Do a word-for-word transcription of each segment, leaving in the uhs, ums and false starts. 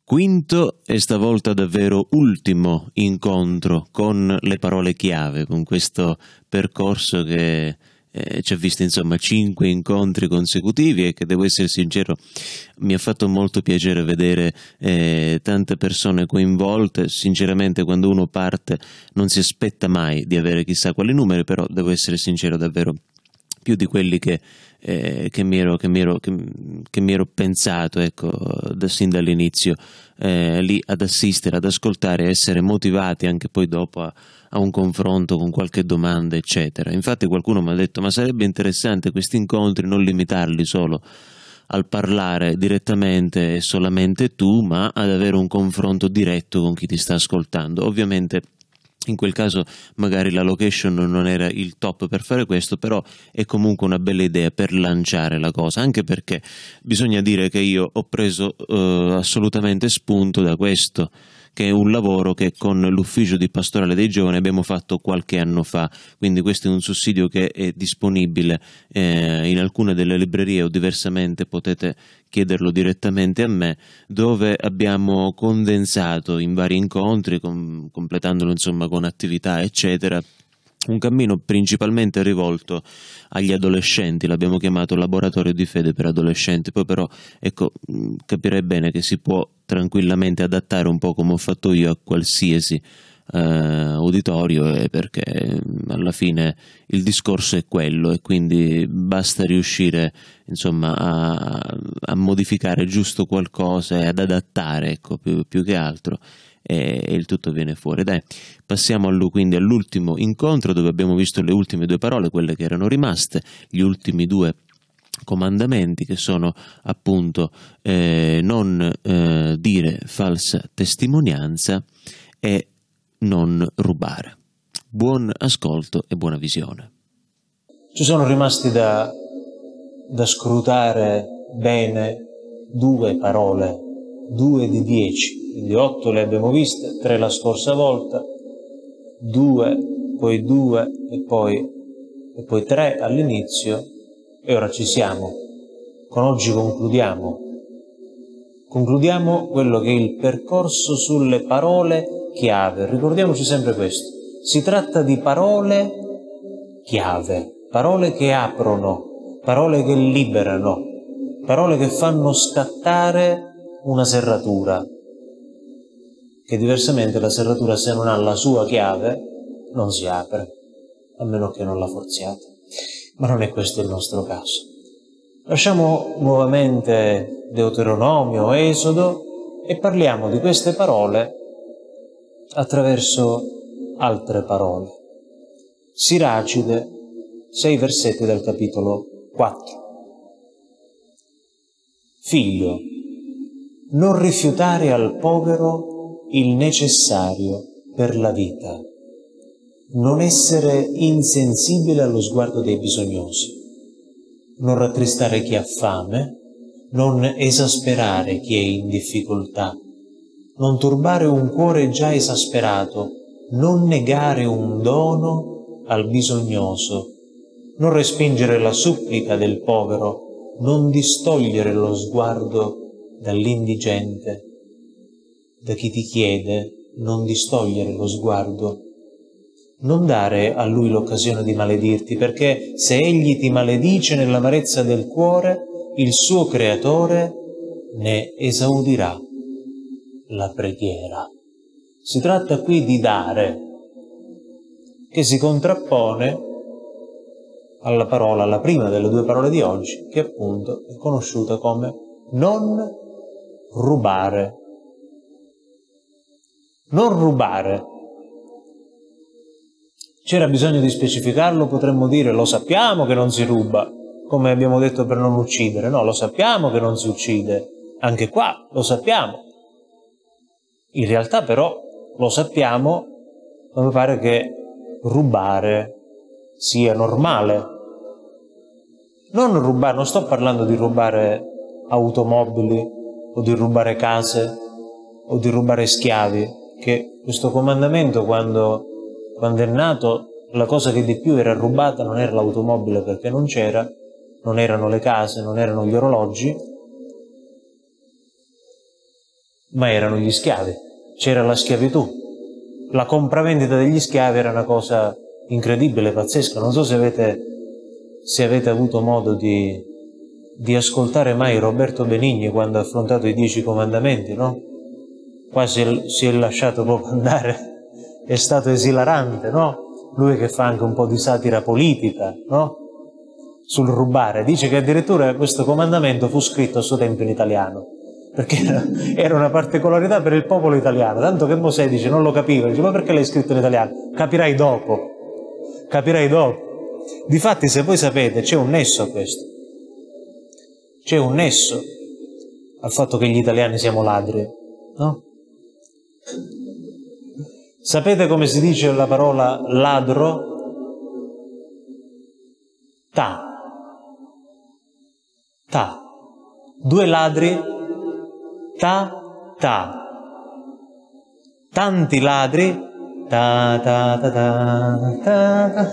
Quinto e stavolta davvero ultimo incontro con le parole chiave, con questo percorso che eh, ci ha visto insomma cinque incontri consecutivi e che, devo essere sincero, mi ha fatto molto piacere vedere eh, tante persone coinvolte. Sinceramente, quando uno parte non si aspetta mai di avere chissà quali numeri, però devo essere sincero, davvero più di quelli che, eh, che, mi ero, che, mi ero, che, che mi ero pensato, ecco, da, sin dall'inizio, eh, lì ad assistere, ad ascoltare, a essere motivati anche poi dopo a, a un confronto con qualche domanda, eccetera. Infatti qualcuno mi ha detto: ma sarebbe interessante questi incontri non limitarli solo al parlare direttamente e solamente tu, ma ad avere un confronto diretto con chi ti sta ascoltando. Ovviamente in quel caso magari la location non era il top per fare questo, però è comunque una bella idea per lanciare la cosa, anche perché bisogna dire che io ho preso eh, assolutamente spunto da questo, che è un lavoro che con l'ufficio di pastorale dei giovani abbiamo fatto qualche anno fa, quindi questo è un sussidio che è disponibile eh, in alcune delle librerie, o diversamente potete chiederlo direttamente a me, dove abbiamo condensato in vari incontri, com- completandolo insomma con attività eccetera, un cammino principalmente rivolto agli adolescenti. L'abbiamo chiamato laboratorio di fede per adolescenti. Poi però, ecco, capirei bene che si può tranquillamente adattare un po' come ho fatto io a qualsiasi eh, uditorio, eh, perché alla fine il discorso è quello, e quindi basta riuscire insomma a, a modificare giusto qualcosa e ad adattare, ecco, più, più che altro, e il tutto viene fuori. Dai, passiamo allo, quindi all'ultimo incontro, dove abbiamo visto le ultime due parole, quelle che erano rimaste, gli ultimi due comandamenti, che sono appunto eh, non eh, dire falsa testimonianza e non rubare. Buon ascolto e buona visione. Ci sono rimasti da, da scrutare bene due parole, due di dieci, quindi otto le abbiamo viste, tre la scorsa volta, due, poi due e poi, e poi tre all'inizio, e ora ci siamo. Con oggi concludiamo. Concludiamo quello che è il percorso sulle parole chiave. Ricordiamoci sempre questo. Si tratta di parole chiave, parole che aprono, parole che liberano, parole che fanno scattare una serratura, che diversamente la serratura, se non ha la sua chiave, non si apre, a meno che non la forziate. Ma non è questo il nostro caso. Lasciamo nuovamente Deuteronomio, Esodo, e parliamo di queste parole attraverso altre parole. Siracide, sei versetti del capitolo quattro. Figlio, non rifiutare al povero il necessario per la vita, non essere insensibile allo sguardo dei bisognosi, non rattristare chi ha fame, non esasperare chi è in difficoltà, non turbare un cuore già esasperato, non negare un dono al bisognoso, non respingere la supplica del povero, non distogliere lo sguardo dall'indigente. Da chi ti chiede, non distogliere lo sguardo. Non dare a lui l'occasione di maledirti, perché se egli ti maledice nell'amarezza del cuore, il suo creatore ne esaudirà la preghiera. Si tratta qui di dare, che si contrappone alla parola, alla prima delle due parole di oggi, che appunto è conosciuta come non rubare. Non rubare. C'era bisogno di specificarlo? Potremmo dire: lo sappiamo che non si ruba, come abbiamo detto per non uccidere. No, lo sappiamo che non si uccide. Anche qua lo sappiamo. In realtà però lo sappiamo, ma mi pare che rubare sia normale. Non rubare, non sto parlando di rubare automobili o di rubare case o di rubare schiavi, che questo comandamento, quando, quando è nato, la cosa che di più era rubata non era l'automobile, perché non c'era, non erano le case, non erano gli orologi, ma erano gli schiavi, c'era la schiavitù. La compravendita degli schiavi era una cosa incredibile, pazzesca. Non so se avete, se avete avuto modo di, di ascoltare mai Roberto Benigni quando ha affrontato i Dieci Comandamenti, no? Qua si è, si è lasciato proprio andare, è stato esilarante, no? Lui che fa anche un po' di satira politica, no? Sul rubare. Dice che addirittura questo comandamento fu scritto a suo tempo in italiano, perché era una particolarità per il popolo italiano, tanto che Mosè dice non lo capiva, dice ma perché l'hai scritto in italiano? Capirai dopo, capirai dopo. Difatti, se voi sapete, c'è un nesso a questo, c'è un nesso al fatto che gli italiani siamo ladri, no? Sapete come si dice la parola ladro? Ta. Ta. Due ladri, ta, ta. Tanti ladri, ta, ta, ta, ta, ta, ta.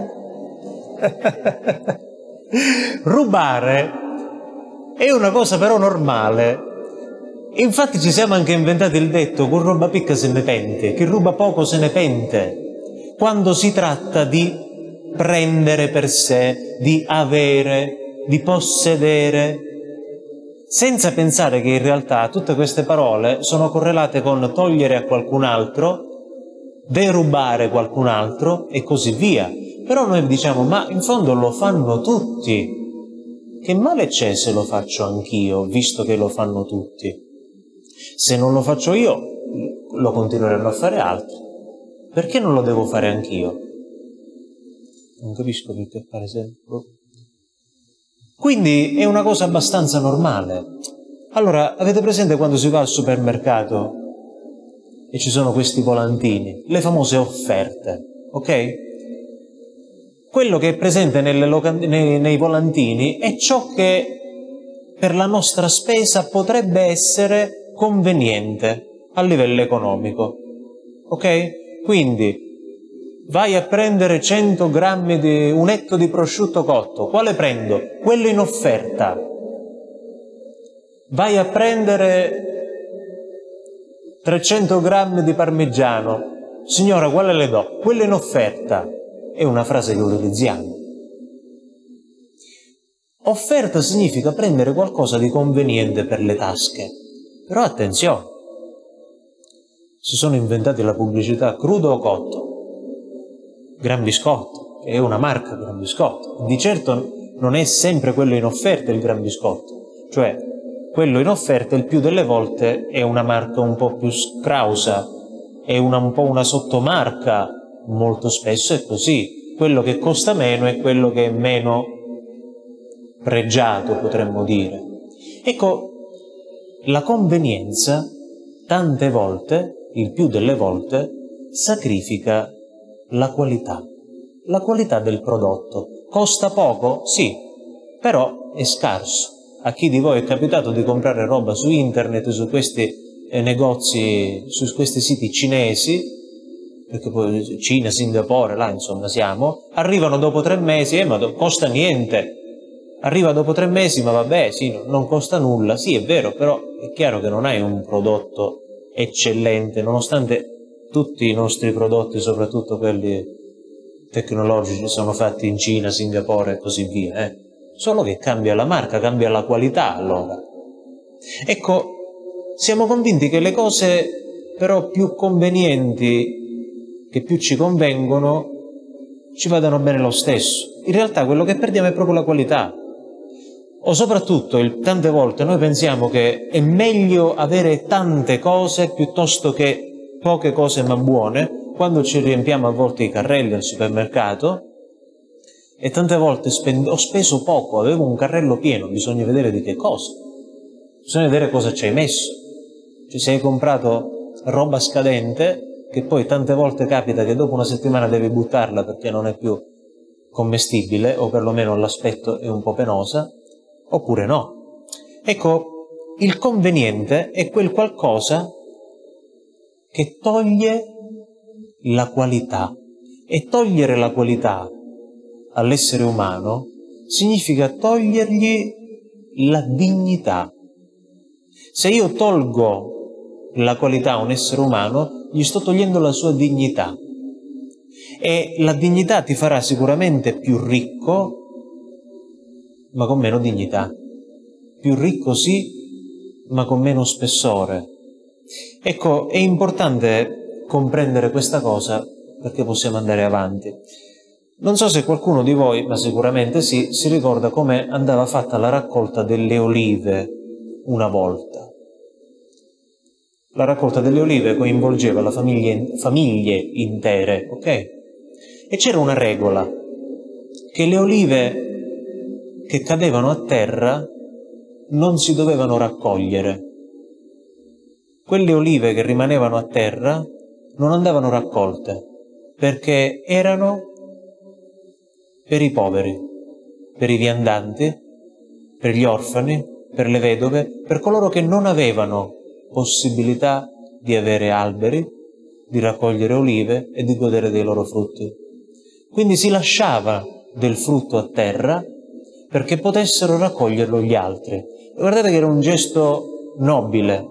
Rubare è una cosa però normale. Infatti ci siamo anche inventati il detto: chi ruba picca se ne pente, chi ruba poco se ne pente, quando si tratta di prendere per sé, di avere, di possedere, senza pensare che in realtà tutte queste parole sono correlate con togliere a qualcun altro, derubare qualcun altro e così via. Però noi diciamo, ma in fondo lo fanno tutti, che male c'è se lo faccio anch'io, visto che lo fanno tutti? Se non lo faccio io, lo continueranno a fare altri. Perché non lo devo fare anch'io? Non capisco perché fare sempre. Quindi è una cosa abbastanza normale. Allora, avete presente quando si va al supermercato e ci sono questi volantini, le famose offerte, ok? Quello che è presente nelle loca- nei, nei volantini è ciò che per la nostra spesa potrebbe essere conveniente a livello economico, ok? Quindi vai a prendere cento grammi di un etto di prosciutto cotto, quale prendo? Quello in offerta. Vai a prendere trecento grammi di parmigiano, signora, quale le do? Quello in offerta. È una frase che utilizziamo. Offerta significa prendere qualcosa di conveniente per le tasche. Però attenzione, si sono inventati la pubblicità crudo o cotto. Gran Biscotto, che è una marca Gran Biscotto. Di certo non è sempre quello in offerta il Gran Biscotto, cioè quello in offerta il più delle volte è una marca un po' più scrausa, è una, un po' una sottomarca, molto spesso è così. Quello che costa meno è quello che è meno pregiato, potremmo dire. Ecco, la convenienza tante volte, il più delle volte, sacrifica la qualità, la qualità del prodotto. Costa poco? Sì, però è scarso. A chi di voi è capitato di comprare roba su internet, su questi eh, negozi, su questi siti cinesi, perché poi Cina, Singapore, là insomma siamo, arrivano dopo tre mesi, eh, ma costa niente. Arriva dopo tre mesi, ma vabbè, sì, non costa nulla. Sì, è vero, però è chiaro che non hai un prodotto eccellente, nonostante tutti i nostri prodotti, soprattutto quelli tecnologici, sono fatti in Cina, Singapore e così via, eh. Solo che cambia la marca, cambia la qualità, allora. Ecco, siamo convinti che le cose però più convenienti, che più ci convengono, ci vadano bene lo stesso. In realtà quello che perdiamo è proprio la qualità. O soprattutto, il, tante volte noi pensiamo che è meglio avere tante cose piuttosto che poche cose ma buone, quando ci riempiamo a volte i carrelli al supermercato, e tante volte spend- ho speso poco, avevo un carrello pieno, bisogna vedere di che cosa, bisogna vedere cosa ci hai messo. Cioè, se hai comprato roba scadente, che poi tante volte capita che dopo una settimana devi buttarla perché non è più commestibile, o perlomeno l'aspetto è un po' penosa, oppure no. Ecco, il conveniente è quel qualcosa che toglie la qualità, e togliere la qualità all'essere umano significa togliergli la dignità. Se io tolgo la qualità a un essere umano, gli sto togliendo la sua dignità. E la dignità ti farà sicuramente più ricco, ma con meno dignità. Più ricco sì, ma con meno spessore. Ecco, è importante comprendere questa cosa perché possiamo andare avanti. Non so se qualcuno di voi, ma sicuramente sì, si ricorda come andava fatta la raccolta delle olive una volta. La raccolta delle olive coinvolgeva la famiglia, famiglie intere, ok? E c'era una regola, che le olive che cadevano a terra non si dovevano raccogliere. Quelle olive che rimanevano a terra non andavano raccolte, perché erano per i poveri, per i viandanti, per gli orfani, per le vedove, per coloro che non avevano possibilità di avere alberi, di raccogliere olive e di godere dei loro frutti. Quindi si lasciava del frutto a terra perché potessero raccoglierlo gli altri. E guardate che era un gesto nobile,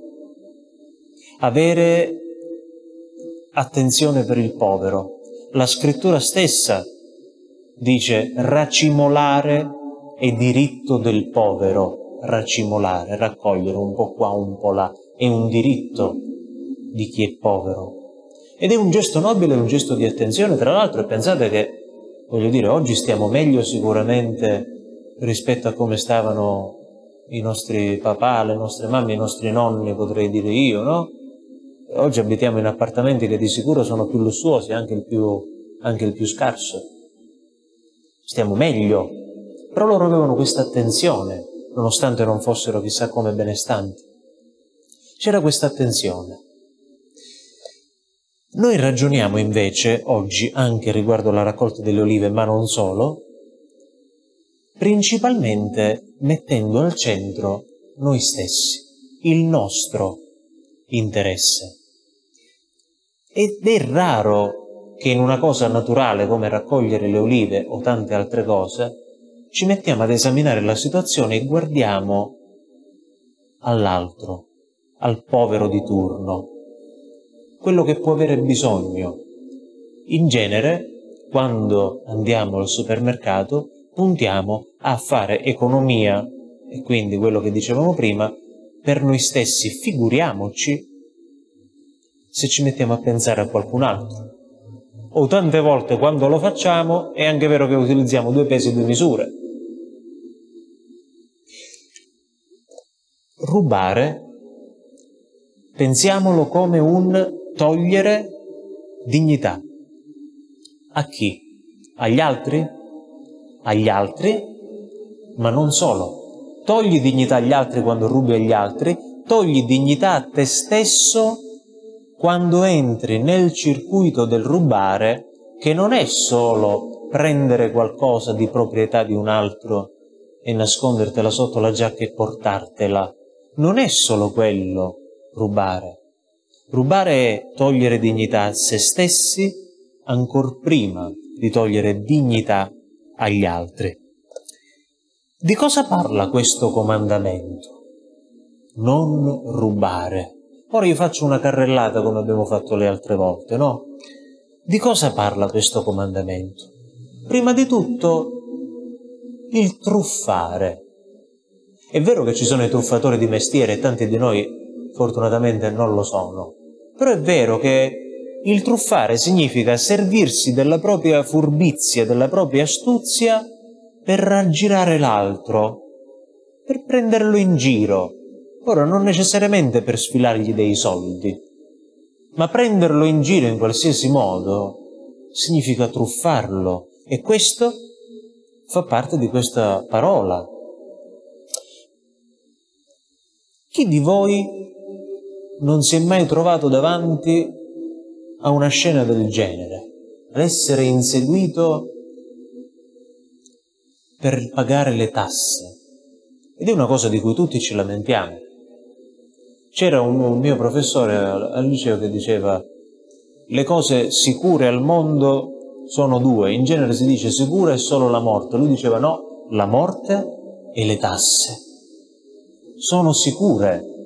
avere attenzione per il povero. La scrittura stessa dice racimolare è diritto del povero, racimolare, raccogliere un po' qua, un po' là, è un diritto di chi è povero. Ed è un gesto nobile, un gesto di attenzione, tra l'altro, e pensate che, voglio dire, oggi stiamo meglio sicuramente rispetto a come stavano i nostri papà, le nostre mamme, i nostri nonni, potrei dire io, no? Oggi abitiamo in appartamenti che di sicuro sono più lussuosi, anche il più, anche il più scarso. Stiamo meglio, però loro avevano questa attenzione, nonostante non fossero chissà come benestanti. C'era questa attenzione. Noi ragioniamo invece oggi anche riguardo alla raccolta delle olive, ma non solo, principalmente mettendo al centro noi stessi, il nostro interesse. Ed è raro che in una cosa naturale come raccogliere le olive o tante altre cose ci mettiamo ad esaminare la situazione e guardiamo all'altro, al povero di turno, quello che può avere bisogno. In genere, quando andiamo al supermercato, puntiamo a fare economia, e quindi quello che dicevamo prima, per noi stessi. Figuriamoci se ci mettiamo a pensare a qualcun altro. O tante volte quando lo facciamo è anche vero che utilizziamo due pesi e due misure. Rubare, pensiamolo come un togliere dignità. A chi? Agli altri? Agli altri, ma non solo. Togli dignità agli altri quando rubi agli altri, togli dignità a te stesso quando entri nel circuito del rubare, che non è solo prendere qualcosa di proprietà di un altro e nascondertela sotto la giacca e portartela. Non è solo quello rubare. Rubare è togliere dignità a se stessi ancor prima di togliere dignità agli altri. Di cosa parla questo comandamento? Non rubare. Ora io faccio una carrellata come abbiamo fatto le altre volte, no? Di cosa parla questo comandamento? Prima di tutto, il truffare. È vero che ci sono i truffatori di mestiere e tanti di noi fortunatamente non lo sono, però è vero che il truffare significa servirsi della propria furbizia, della propria astuzia per raggirare l'altro, per prenderlo in giro. Ora, non necessariamente per sfilargli dei soldi, ma prenderlo in giro in qualsiasi modo significa truffarlo, e questo fa parte di questa parola. Chi di voi non si è mai trovato davanti a una scena del genere, ad essere inseguito per pagare le tasse? Ed è una cosa di cui tutti ci lamentiamo. C'era un, un mio professore al, al liceo che diceva: le cose sicure al mondo sono due, in genere si dice sicura è solo la morte. Lui diceva no, la morte e le tasse sono sicure.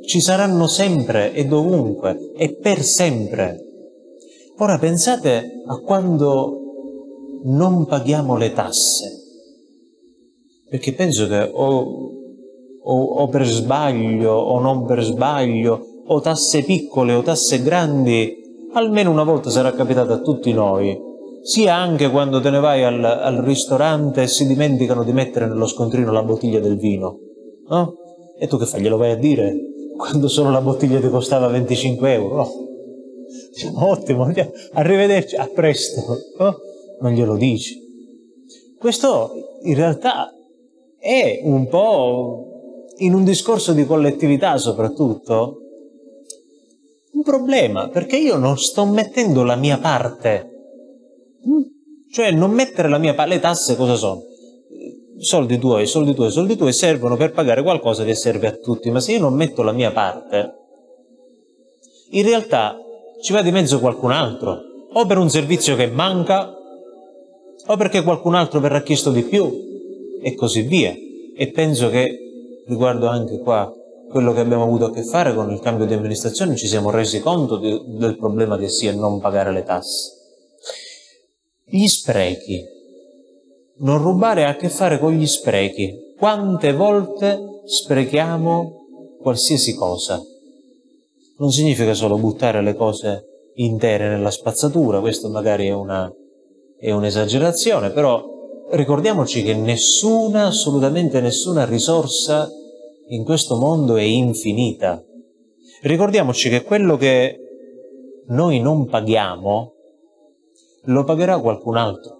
ci saranno sempre e dovunque e per sempre. Ora pensate a quando non paghiamo le tasse, perché penso che o, o, o per sbaglio o non per sbaglio, o tasse piccole o tasse grandi, almeno una volta sarà capitato a tutti noi, sia anche quando te ne vai al, al ristorante e si dimenticano di mettere nello scontrino la bottiglia del vino, no? E tu che fai, glielo vai a dire quando solo la bottiglia ti costava venticinque euro? Oh. Diciamo, ottimo, arrivederci, a presto, oh? Non glielo dici. Questo in realtà è un po', in un discorso di collettività soprattutto, un problema, perché io non sto mettendo la mia parte. Cioè non mettere la mia parte. Le tasse cosa sono? Soldi tuoi, soldi tuoi, soldi tuoi servono per pagare qualcosa che serve a tutti, ma se io non metto la mia parte, in realtà ci va di mezzo qualcun altro, o per un servizio che manca, o perché qualcun altro verrà chiesto di più, e così via. E penso che, riguardo anche qua quello che abbiamo avuto a che fare con il cambio di amministrazione, ci siamo resi conto di, del problema che sia non pagare le tasse. Gli sprechi. Non rubare ha a che fare con gli sprechi. Quante volte sprechiamo qualsiasi cosa? Non significa solo buttare le cose intere nella spazzatura, questo magari è una, è un'esagerazione, però ricordiamoci che nessuna, assolutamente nessuna risorsa in questo mondo è infinita. Ricordiamoci che quello che noi non paghiamo lo pagherà qualcun altro.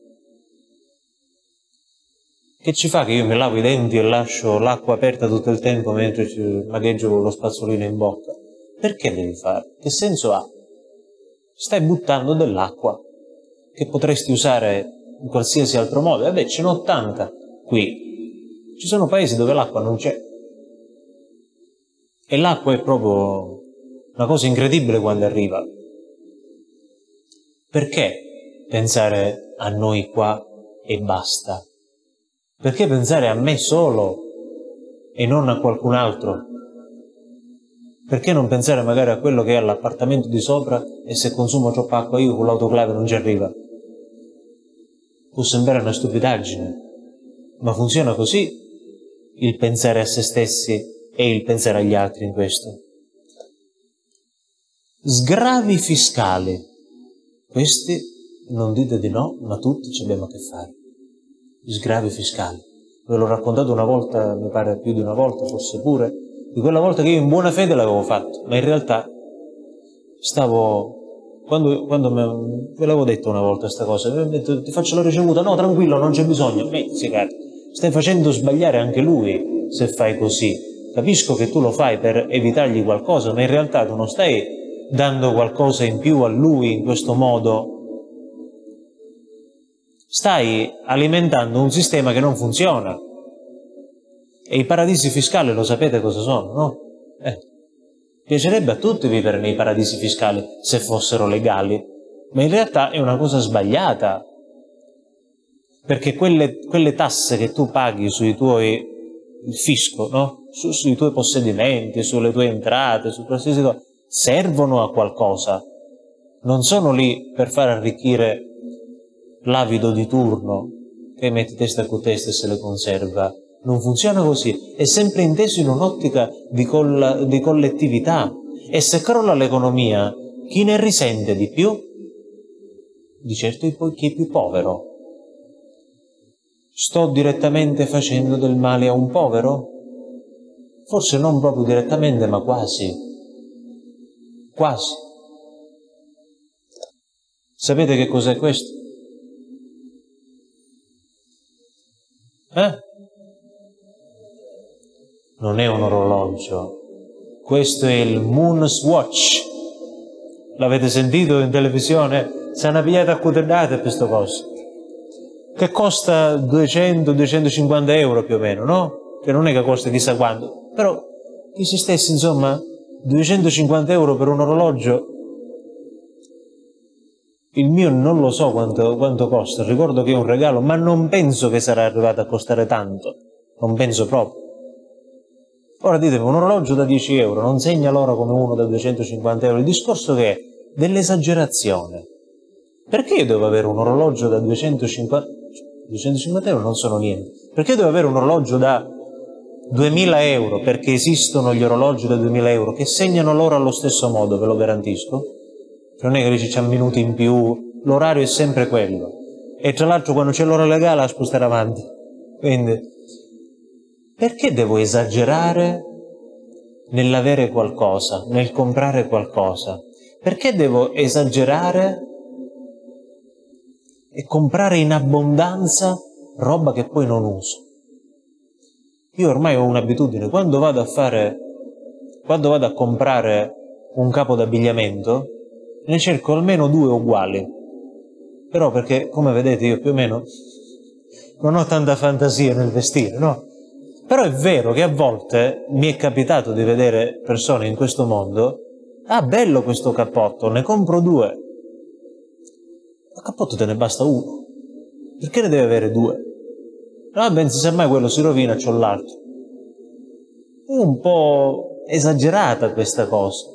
Che ci fa che io mi lavo i denti e lascio l'acqua aperta tutto il tempo mentre ci magheggio con lo spazzolino in bocca? Perché devi fare? Che senso ha? Stai buttando dell'acqua che potresti usare in qualsiasi altro modo. Vabbè, ce n'ho ottanta qui. Ci sono paesi dove l'acqua non c'è. E l'acqua è proprio una cosa incredibile quando arriva. Perché pensare a noi qua e basta? Perché pensare a me solo e non a qualcun altro? Perché non pensare magari a quello che è all'appartamento di sopra e se consumo troppa acqua io con l'autoclave non ci arriva? Può sembrare una stupidaggine, ma funziona così il pensare a se stessi e il pensare agli altri in questo. Sgravi fiscali. Questi, non dite di no, ma tutti ci abbiamo a che fare. Gli sgravi fiscali. Ve l'ho raccontato una volta, mi pare più di una volta, forse pure, di quella volta che io in buona fede l'avevo fatto, ma in realtà stavo, quando, quando me, ve l'avevo detto una volta questa cosa, mi ho detto, ti faccio la ricevuta, no tranquillo, non c'è bisogno, mezzi cari, stai facendo sbagliare anche lui se fai così, capisco che tu lo fai per evitargli qualcosa, ma in realtà tu non stai dando qualcosa in più a lui in questo modo, stai alimentando un sistema che non funziona. E i paradisi fiscali lo sapete cosa sono, no? Eh, piacerebbe a tutti vivere nei paradisi fiscali se fossero legali, ma in realtà è una cosa sbagliata, perché quelle, quelle tasse che tu paghi sui tuoi, il fisco, no? Su, sui tuoi possedimenti, sulle tue entrate, su qualsiasi cosa, servono a qualcosa, non sono lì per far arricchire l'avido di turno che mette testa con testa e se le conserva. Non funziona così, è sempre inteso in un'ottica di, coll- di collettività. E se crolla l'economia, chi ne risente di più? Di certo chi è più povero. Sto direttamente facendo del male a un povero? Forse non proprio direttamente, ma quasi. Quasi. Sapete che cos'è questo? Eh? Non è un orologio, questo è il Moon's Watch. L'avete sentito in televisione? Se ne pigliate a cutellate questo coso, che costa duecento duecentocinquanta euro più o meno, no? Che non è che costa chissà quanto, però chi stessi, insomma, duecentocinquanta euro per un orologio. Il mio non lo so quanto, quanto costa, ricordo che è un regalo, ma non penso che sarà arrivato a costare tanto, non penso proprio. Ora ditemi, un orologio da dieci euro non segna l'ora come uno da duecentocinquanta euro? Il discorso che è dell'esagerazione. Perché io devo avere un orologio da duecentocinquanta, duecentocinquanta euro non sono niente. Perché devo avere un orologio da duemila euro? Perché esistono gli orologi da duemila euro che segnano l'ora allo stesso modo, ve lo garantisco. Non è che dici c'ha minuti in più, l'orario è sempre quello. E tra l'altro quando c'è l'ora legale la spostare avanti. Quindi, perché devo esagerare nell'avere qualcosa, nel comprare qualcosa? Perché devo esagerare e comprare in abbondanza roba che poi non uso? Io ormai ho un'abitudine, quando vado a fare, quando vado a comprare un capo d'abbigliamento, ne cerco almeno due uguali. Però perché, come vedete, io più o meno non ho tanta fantasia nel vestire, no? Però è vero che a volte mi è capitato di vedere persone in questo mondo, ah, bello questo cappotto, ne compro due. Ma cappotto te ne basta uno. Perché ne deve avere due? Ah, ben, se mai quello si rovina, c'ho l'altro. È un po' esagerata questa cosa.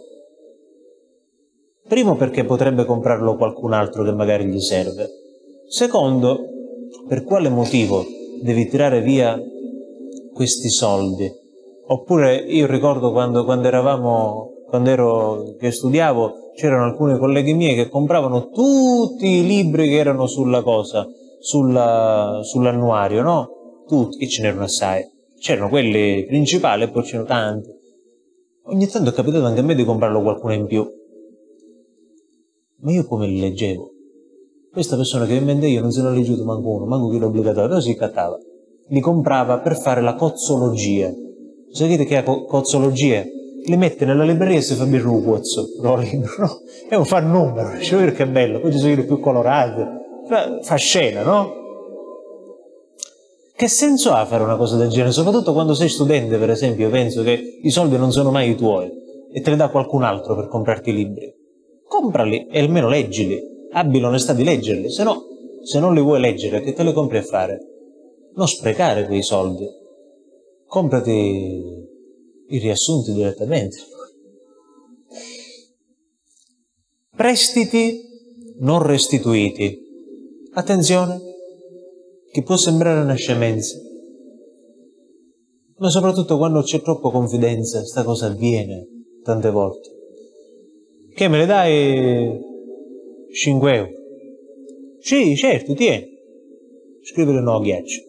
Primo perché potrebbe comprarlo qualcun altro che magari gli serve. Secondo, per quale motivo devi tirare via questi soldi? Oppure io ricordo quando, quando eravamo, quando ero, che studiavo, c'erano alcuni colleghi miei che compravano tutti i libri che erano sulla cosa, sulla, sull'annuario, no? Tutti, e ce n'erano assai. C'erano quelli principali e poi c'erano tanti. Ogni tanto è capitato anche a me di comprarlo qualcuno in più. Ma io come li leggevo? Questa persona che in mente io non se ne ha leggiuto manco uno, manco quello obbligatorio, però si cattava. Li comprava per fare la cozzologia. Sapete che è co- cozzologia? Li mette nella libreria e si fa birra un cozzo, no? È un fa numero, dice, vedere che bello, poi ci sono i più colorati, fa, fa scena, no? Che senso ha fare una cosa del genere? Soprattutto quando sei studente, per esempio, io penso che i soldi non sono mai i tuoi e te li dà qualcun altro per comprarti i libri. Comprali e almeno leggili, abbi l'onestà di leggerli, se no, se non li vuoi leggere, che te li compri a fare? Non sprecare quei soldi, comprati i riassunti direttamente. Prestiti non restituiti. Attenzione, che può sembrare una scemenza, ma soprattutto quando c'è troppa confidenza, sta cosa avviene tante volte. Che me le dai cinque euro? Sì, certo, tieni. Scrivere no a ghiaccio.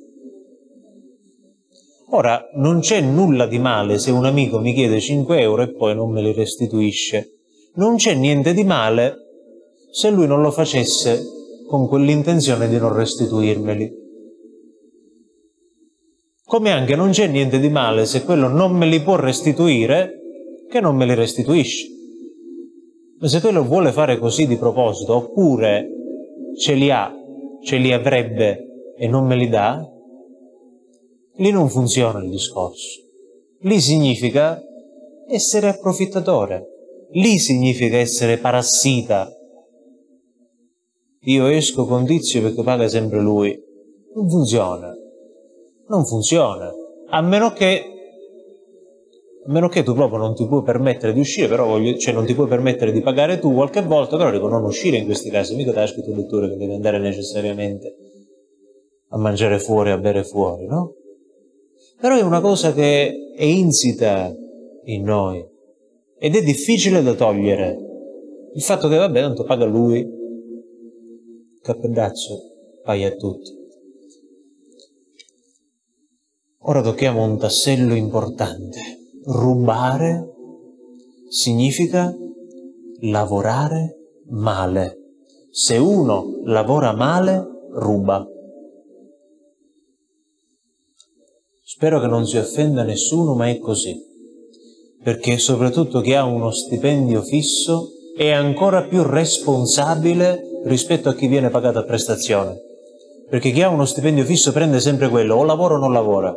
Ora, non c'è nulla di male se un amico mi chiede cinque euro e poi non me li restituisce. Non c'è niente di male se lui non lo facesse con quell'intenzione di non restituirmeli. Come anche non c'è niente di male se quello non me li può restituire, che non me li restituisce. Ma se quello vuole fare così di proposito, oppure ce li ha, ce li avrebbe e non me li dà, lì non funziona il discorso. Lì significa essere approfittatore. Lì significa essere parassita. Io esco con Tizio perché paga sempre lui. Non funziona. Non funziona. A meno che A meno che tu proprio non ti puoi permettere di uscire, però voglio, cioè non ti puoi permettere di pagare tu qualche volta, però dico non uscire in questi casi, mica te l'ha scritto il dottore che devi andare necessariamente a mangiare fuori, a bere fuori, no? Però è una cosa che è insita in noi ed è difficile da togliere. Il fatto che vabbè, tanto paga lui, cappellazzo, paga a tutti. Ora tocchiamo un tassello importante. Rubare significa lavorare male. Se uno lavora male, ruba. Spero che non si offenda nessuno, ma è così. Perché soprattutto chi ha uno stipendio fisso è ancora più responsabile rispetto a chi viene pagato a prestazione. Perché chi ha uno stipendio fisso prende sempre quello, o lavora o non lavora.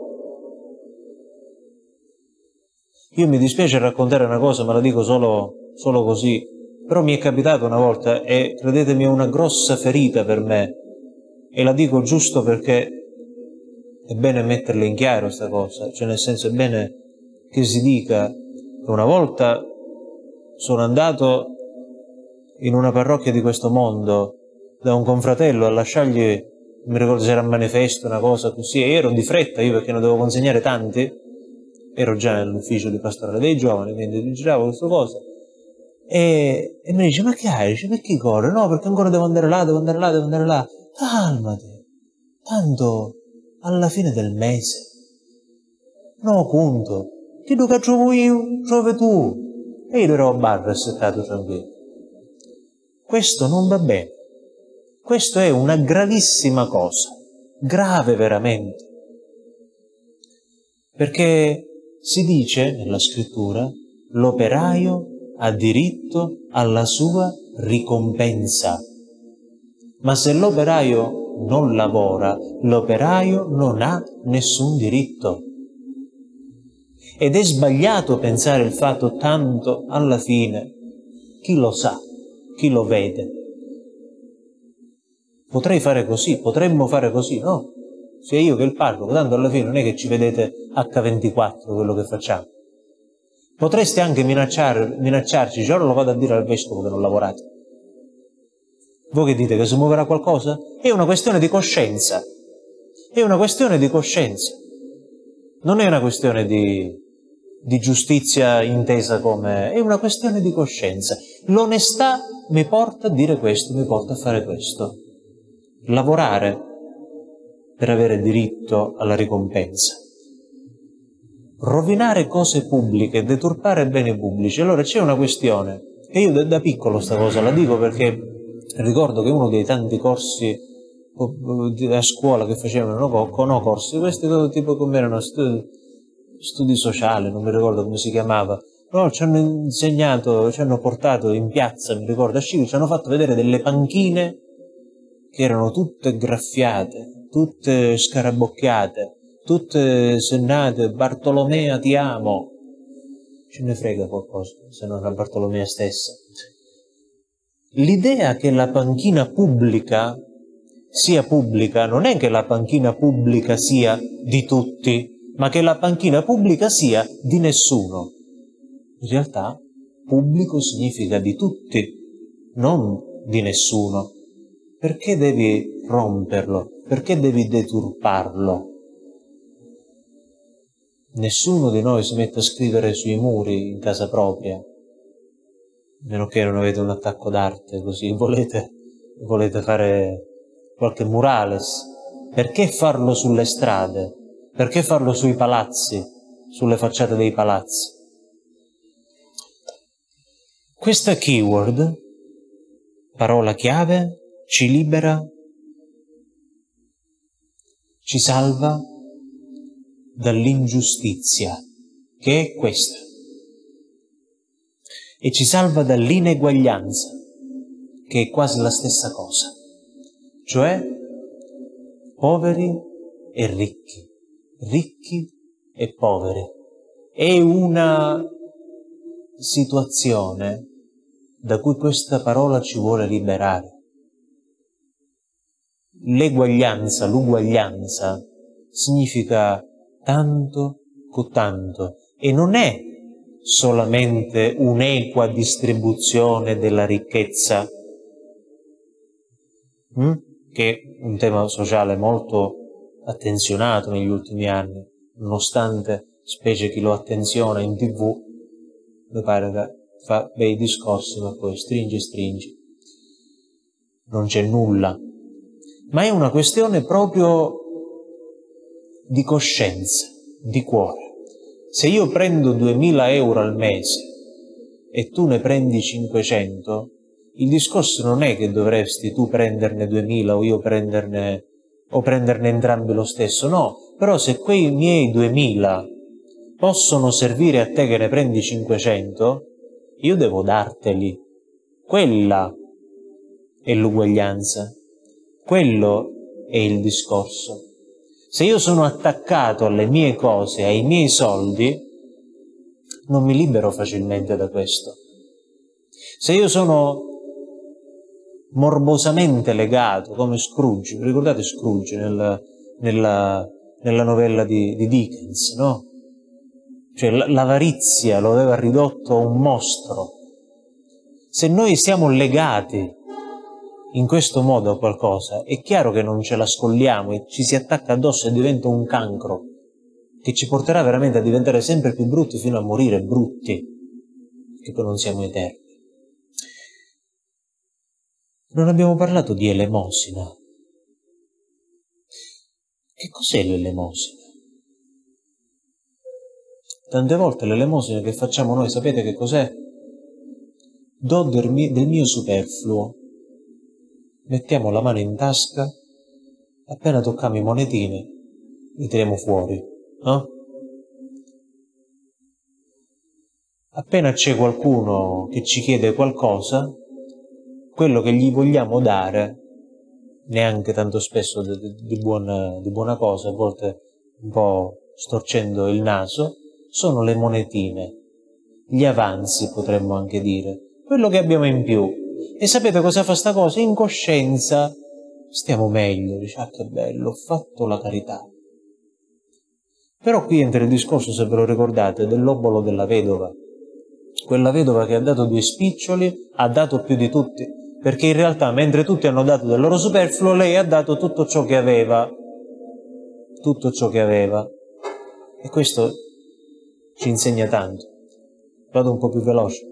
Io mi dispiace raccontare una cosa, ma la dico solo, solo così, però mi è capitato una volta e credetemi è una grossa ferita per me e la dico giusto perché è bene metterla in chiaro sta cosa, cioè nel senso è bene che si dica che una volta sono andato in una parrocchia di questo mondo da un confratello a lasciargli, non mi ricordo se era un manifesto, una cosa così, e ero di fretta io perché ne dovevo consegnare tanti, ero già nell'ufficio di pastorale dei giovani, quindi giravo questa cosa, e, e mi dice: ma che hai? Dice: perché corre? No, perché ancora devo andare là, devo andare là, devo andare là. Calmati, tanto alla fine del mese, no conto, chi tu che trovo io, trovi tu, e io ero a bar settato tranquillo. Questo non va bene, questo è una gravissima cosa, grave veramente, perché si dice nella scrittura: l'operaio ha diritto alla sua ricompensa, ma se l'operaio non lavora, l'operaio non ha nessun diritto. Ed è sbagliato pensare il fatto: tanto alla fine chi lo sa, chi lo vede. Potrei fare così, potremmo fare così, no? Sia io che il parroco, tanto alla fine non è che ci vedete acca ventiquattro quello che facciamo. Potreste anche minacciare, minacciarci, cioè ora lo vado a dire al vescovo che non lavorate. Voi che dite, che si muoverà qualcosa? È una questione di coscienza, è una questione di coscienza, non è una questione di, di giustizia intesa come, è una questione di coscienza. L'onestà mi porta a dire questo, mi porta a fare questo. Lavorare per avere diritto alla ricompensa. Rovinare cose pubbliche, deturpare beni pubblici. Allora c'è una questione, e io da, da piccolo sta cosa la dico perché ricordo che uno dei tanti corsi a scuola che facevano, no, no corsi, questi tipo come erano studi, studi sociali, non mi ricordo come si chiamava, no, ci hanno insegnato, ci hanno portato in piazza, mi ricordo, a Scicli, ci hanno fatto vedere delle panchine che erano tutte graffiate, tutte scarabocchiate, tutte sennate: Bartolomea ti amo. Ce ne frega qualcosa, se non la Bartolomea stessa. L'idea che la panchina pubblica sia pubblica non è che la panchina pubblica sia di tutti, ma che la panchina pubblica sia di nessuno. In realtà pubblico significa di tutti, non di nessuno. Perché devi romperlo? Perché devi deturparlo? Nessuno di noi si mette a scrivere sui muri in casa propria, a meno che non avete un attacco d'arte, così volete, volete fare qualche murales. Perché farlo sulle strade? Perché farlo sui palazzi, sulle facciate dei palazzi? Questa keyword, parola chiave, ci libera, ci salva dall'ingiustizia, che è questa, e ci salva dall'ineguaglianza, che è quasi la stessa cosa, cioè poveri e ricchi, ricchi e poveri. È una situazione da cui questa parola ci vuole liberare. L'eguaglianza, l'uguaglianza significa tanto con tanto, e non è solamente un'equa distribuzione della ricchezza, hm? che è un tema sociale molto attenzionato negli ultimi anni, nonostante, specie chi lo attenziona in tv, mi pare che fa bei discorsi, ma poi stringi stringi, non c'è nulla. Ma è una questione proprio di coscienza, di cuore. Se io prendo duemila euro al mese e tu ne prendi cinquecento, il discorso non è che dovresti tu prenderne duemila o io prenderne, o prenderne entrambi lo stesso, no. Però se quei miei duemila possono servire a te che ne prendi cinquecento, io devo darteli. Quella è l'uguaglianza. Quello è il discorso. Se io sono attaccato alle mie cose, ai miei soldi, non mi libero facilmente da questo. Se io sono morbosamente legato, come Scrooge, vi ricordate Scrooge nella, nella, nella novella di, di Dickens, no? Cioè l'avarizia lo aveva ridotto a un mostro. Se noi siamo legati in questo modo a qualcosa, è chiaro che non ce la scolliamo e ci si attacca addosso e diventa un cancro che ci porterà veramente a diventare sempre più brutti fino a morire brutti, che poi non siamo eterni. Non abbiamo parlato di elemosina. Che cos'è l'elemosina? Tante volte l'elemosina che facciamo noi, sapete che cos'è? Do del mio, del mio superfluo. Mettiamo la mano in tasca, appena tocchiamo i monetini, li tiriamo fuori, no? Appena c'è qualcuno che ci chiede qualcosa, quello che gli vogliamo dare, neanche tanto spesso di, di, buona, di buona cosa, a volte un po' storcendo il naso, sono le monetine, gli avanzi potremmo anche dire, quello che abbiamo in più. E sapete cosa fa sta cosa? In coscienza stiamo meglio, dice, ah che bello, ho fatto la carità. Però qui entra il discorso, se ve lo ricordate, dell'obolo della vedova. Quella vedova che ha dato due spiccioli, ha dato più di tutti, perché in realtà mentre tutti hanno dato del loro superfluo, lei ha dato tutto ciò che aveva, tutto ciò che aveva. E questo ci insegna tanto. Vado un po' più veloce.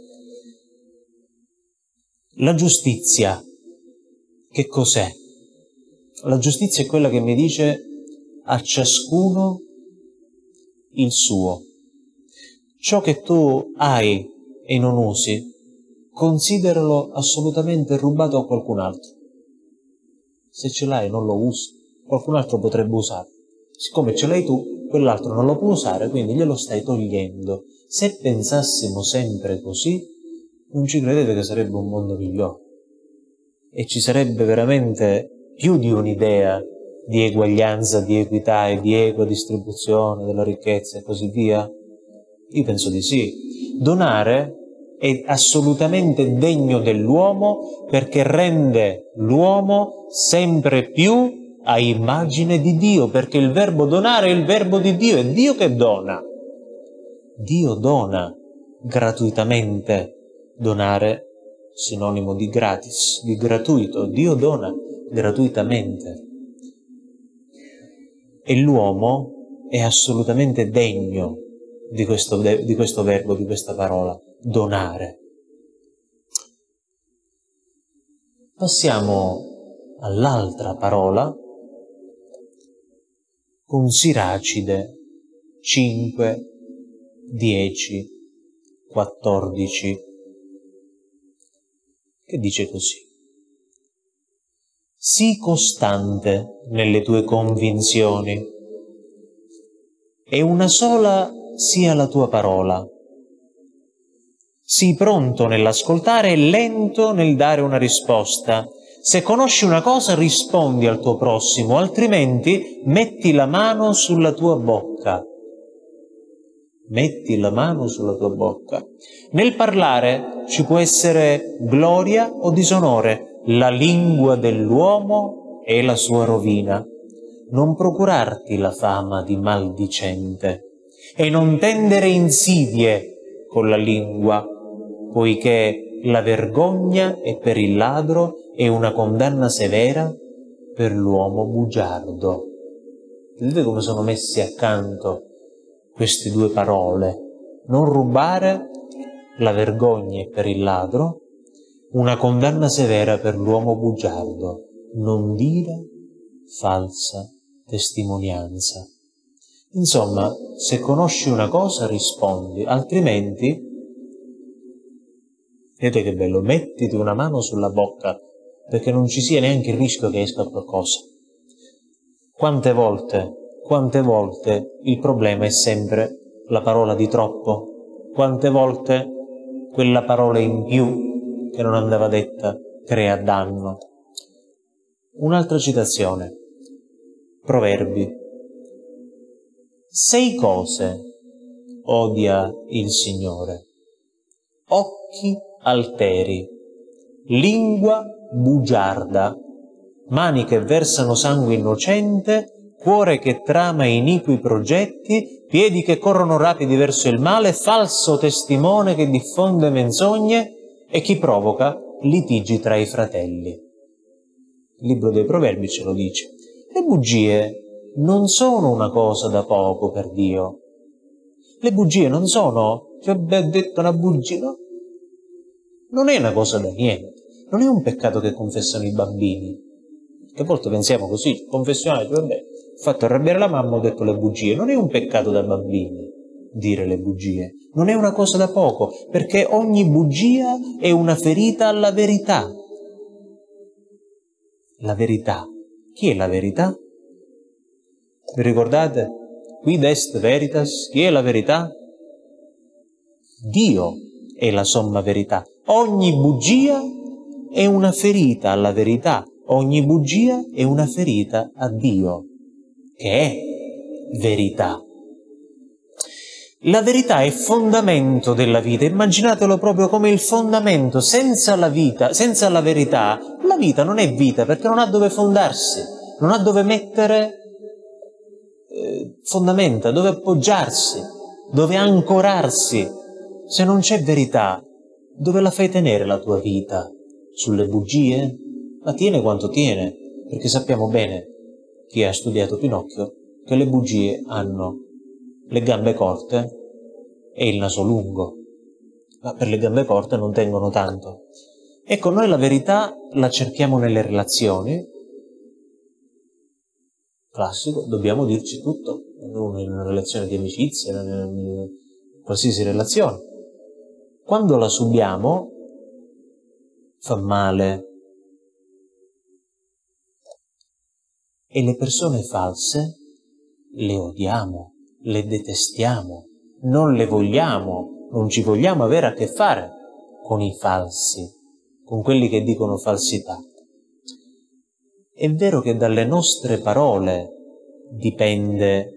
La giustizia, che cos'è? La giustizia è quella che mi dice a ciascuno il suo. Ciò che tu hai e non usi, consideralo assolutamente rubato a qualcun altro. Se ce l'hai e non lo usi, qualcun altro potrebbe usarlo. Siccome ce l'hai tu, quell'altro non lo può usare, quindi glielo stai togliendo. Se pensassimo sempre così, non ci credete che sarebbe un mondo migliore. E ci sarebbe veramente più di un'idea di eguaglianza, di equità e di equa distribuzione della ricchezza e così via? Io penso di sì. Donare è assolutamente degno dell'uomo perché rende l'uomo sempre più a immagine di Dio, perché il verbo donare è il verbo di Dio, è Dio che dona. Dio dona gratuitamente. Donare sinonimo di gratis, di gratuito. Dio dona gratuitamente. E l'uomo è assolutamente degno di questo, di questo verbo, di questa parola, donare. Passiamo all'altra parola, con Siracide cinque, dieci, quattordici, che dice così. Sii costante nelle tue convinzioni e una sola sia la tua parola. Sii pronto nell'ascoltare e lento nel dare una risposta. Se conosci una cosa, rispondi al tuo prossimo, altrimenti metti la mano sulla tua bocca. Metti la mano sulla tua bocca. Nel parlare ci può essere gloria o disonore. La lingua dell'uomo è la sua rovina. Non procurarti la fama di maldicente e non tendere insidie con la lingua, poiché la vergogna è per il ladro e una condanna severa per l'uomo bugiardo. Vedete come sono messi accanto queste due parole? Non rubare, la vergogna è per il ladro, una condanna severa per l'uomo bugiardo. Non dire falsa testimonianza. Insomma, se conosci una cosa rispondi, altrimenti, vedete che bello, mettiti una mano sulla bocca, perché non ci sia neanche il rischio che esca qualcosa. Quante volte, quante volte il problema è sempre la parola di troppo? Quante volte quella parola in più che non andava detta crea danno? Un'altra citazione, Proverbi. Sei cose odia il Signore: occhi alteri, lingua bugiarda, mani che versano sangue innocente, cuore che trama iniqui progetti, piedi che corrono rapidi verso il male, falso testimone che diffonde menzogne e chi provoca litigi tra i fratelli. Il libro dei Proverbi ce lo dice. Le bugie non sono una cosa da poco per Dio. Le bugie non sono, ti ho detto una bugia, no? Non è una cosa da niente. Non è un peccato che confessano i bambini. Che a volte pensiamo così, confessionale, vabbè, ho fatto arrabbiare la mamma, ho detto le bugie. Non è un peccato da bambini dire le bugie. Non è una cosa da poco, perché ogni bugia è una ferita alla verità. La verità. Chi è la verità? Vi ricordate? Quid est veritas? Chi è la verità? Dio è la somma verità. Ogni bugia è una ferita alla verità. Ogni bugia è una ferita a Dio, che è verità. La verità è fondamento della vita. Immaginatelo proprio come il fondamento. Senza la vita, senza la verità, la vita non è vita, perché non ha dove fondarsi, non ha dove mettere eh, fondamenta, dove appoggiarsi, dove ancorarsi. Se non c'è verità, dove la fai tenere la tua vita? Sulle bugie? La tiene quanto tiene, perché sappiamo bene, chi ha studiato Pinocchio, che le bugie hanno le gambe corte e il naso lungo, ma per le gambe corte non tengono tanto. Ecco, noi la verità la cerchiamo nelle relazioni, classico, dobbiamo dirci tutto, in una relazione di amicizia, in qualsiasi relazione. Quando la subiamo, fa male. E le persone false le odiamo, le detestiamo, non le vogliamo, non ci vogliamo avere a che fare con i falsi, con quelli che dicono falsità. È vero che dalle nostre parole dipende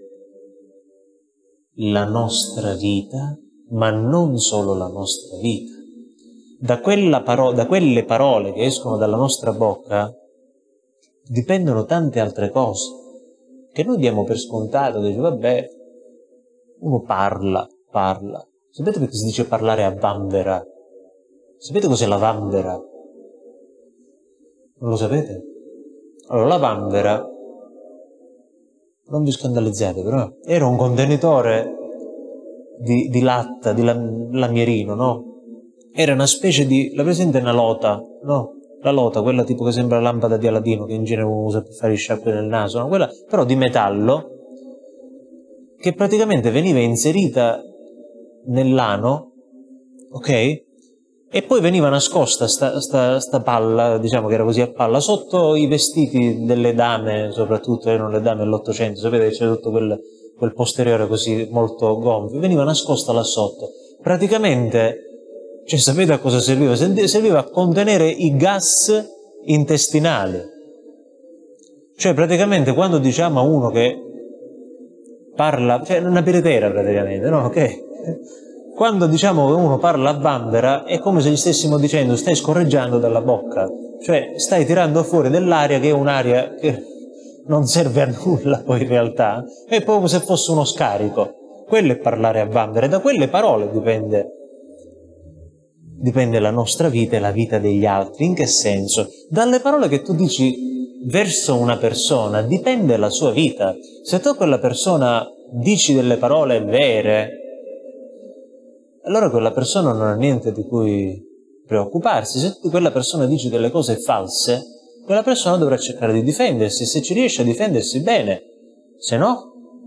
la nostra vita, ma non solo la nostra vita. Da, quella paro- da quelle parole che escono dalla nostra bocca dipendono tante altre cose che noi diamo per scontato. Dice, vabbè, uno parla, parla. Sapete perché si dice parlare a vanvera? Sapete cos'è la vanvera? Non lo sapete? Allora, la vanvera, non vi scandalizzate però, era un contenitore di, di latta, di lam- lamierino, no? Era una specie di, la presente una lota, no? La lota, quella tipo che sembra la lampada di Aladino, che in genere uno usa per fare i sciacque nel naso, no? Quella però di metallo, che praticamente veniva inserita nell'ano, ok? E poi veniva nascosta sta, sta, sta palla, diciamo che era così a palla, sotto i vestiti delle dame, soprattutto erano le dame dell'Ottocento, sapete che c'era tutto quel, quel posteriore così molto gonfio, veniva nascosta là sotto. Praticamente, cioè sapete a cosa serviva? Serviva a contenere i gas intestinali. Cioè praticamente quando diciamo a uno che parla, cioè una piretera praticamente, no? Ok? Quando diciamo che uno parla a vanvera è come se gli stessimo dicendo stai scorreggiando dalla bocca, cioè stai tirando fuori dell'aria che è un'aria che non serve a nulla poi in realtà, è proprio se fosse uno scarico. Quello è parlare a vanvera, e da quelle parole dipende dipende la nostra vita e la vita degli altri. In che senso? Dalle parole che tu dici verso una persona dipende la sua vita. Se tu a quella persona dici delle parole vere, allora quella persona non ha niente di cui preoccuparsi. Se tu quella persona dici delle cose false, quella persona dovrà cercare di difendersi, se ci riesce a difendersi bene, se no,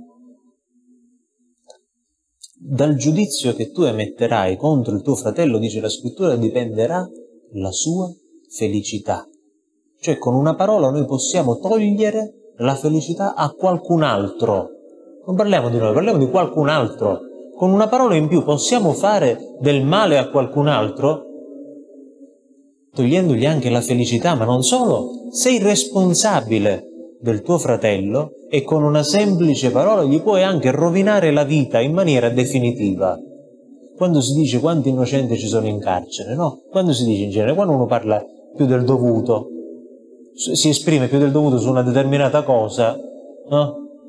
dal giudizio che tu emetterai contro il tuo fratello, dice la scrittura, dipenderà la sua felicità. Cioè con una parola noi possiamo togliere la felicità a qualcun altro. Non parliamo di noi, parliamo di qualcun altro. Con una parola in più possiamo fare del male a qualcun altro, togliendogli anche la felicità, ma non solo, sei responsabile del tuo fratello e con una semplice parola gli puoi anche rovinare la vita in maniera definitiva. Quando si dice quanti innocenti ci sono in carcere, no? Quando si dice in genere, quando uno parla più del dovuto, si esprime più del dovuto su una determinata cosa, no?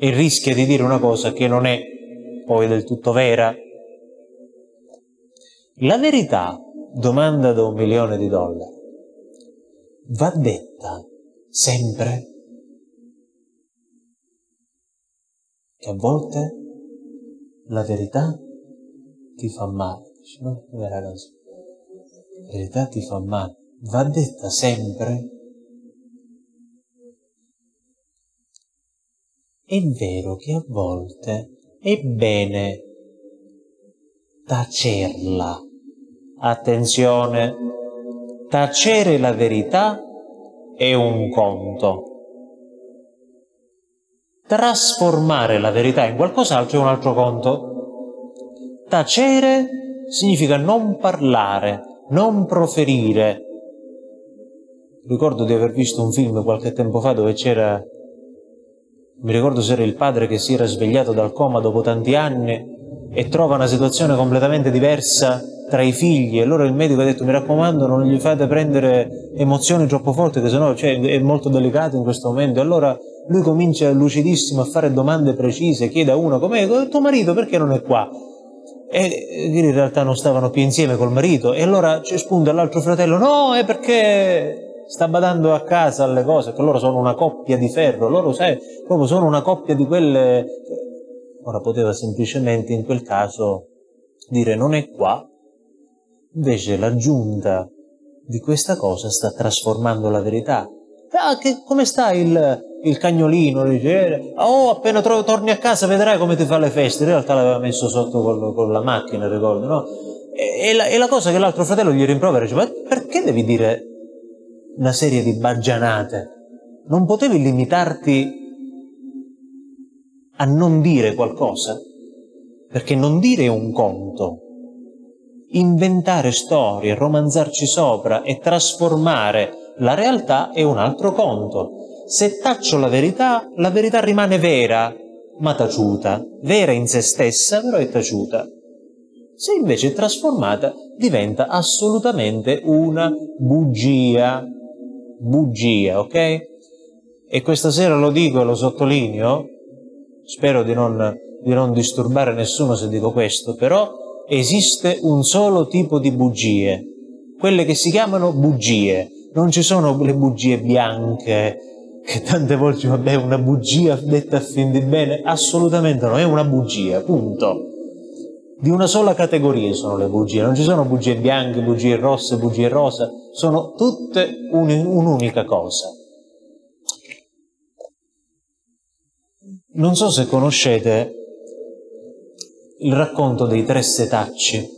e rischia di dire una cosa che non è poi del tutto vera. La verità, domanda da un milione di dollari, va detta sempre? Che a volte la verità ti fa male. Dici, no, vera cosa. La verità ti fa male. Va detta sempre? È vero che a volte è bene tacerla. Attenzione, tacere la verità è un conto. Trasformare la verità in qualcos'altro è un altro conto. Tacere significa non parlare, non proferire. Ricordo di aver visto un film qualche tempo fa dove c'era, mi ricordo se era il padre che si era svegliato dal coma dopo tanti anni e trova una situazione completamente diversa tra i figli, e allora il medico ha detto: mi raccomando, non gli fate prendere emozioni troppo forti, che sennò, cioè, è molto delicato in questo momento. E allora lui comincia lucidissimo a fare domande precise, chiede a uno: com'è tuo marito, perché non è qua? E in realtà non stavano più insieme col marito, e allora ci spunta l'altro fratello: no, è perché sta badando a casa alle cose, che loro sono una coppia di ferro, loro, sai, proprio sono una coppia di quelle. Ora poteva semplicemente in quel caso dire: non è qua. Invece l'aggiunta di questa cosa sta trasformando la verità. Ah, che, come sta il, il cagnolino? Dice, oh, appena tro- torni a casa vedrai come ti fa le feste. In realtà l'aveva messo sotto col, con la macchina, ricordo, no? E, e, la, e la cosa che l'altro fratello gli rimprovera, dice: ma perché devi dire una serie di baggianate? Non potevi limitarti a non dire qualcosa? Perché non dire è un conto. Inventare storie, romanzarci sopra e trasformare la realtà è un altro conto. Se taccio la verità, la verità rimane vera, ma taciuta. Vera in se stessa, però è taciuta. Se invece è trasformata, diventa assolutamente una bugia. Bugia, ok? E questa sera lo dico e lo sottolineo, spero di non, di non disturbare nessuno se dico questo, però esiste un solo tipo di bugie, quelle che si chiamano bugie. Non ci sono le bugie bianche, che tante volte, vabbè, una bugia detta a fin di bene. Assolutamente no, è una bugia, punto. Di una sola categoria sono le bugie, non ci sono bugie bianche, bugie rosse, bugie rosa, sono tutte un, un'unica cosa. Non so se conoscete il racconto dei tre setacci.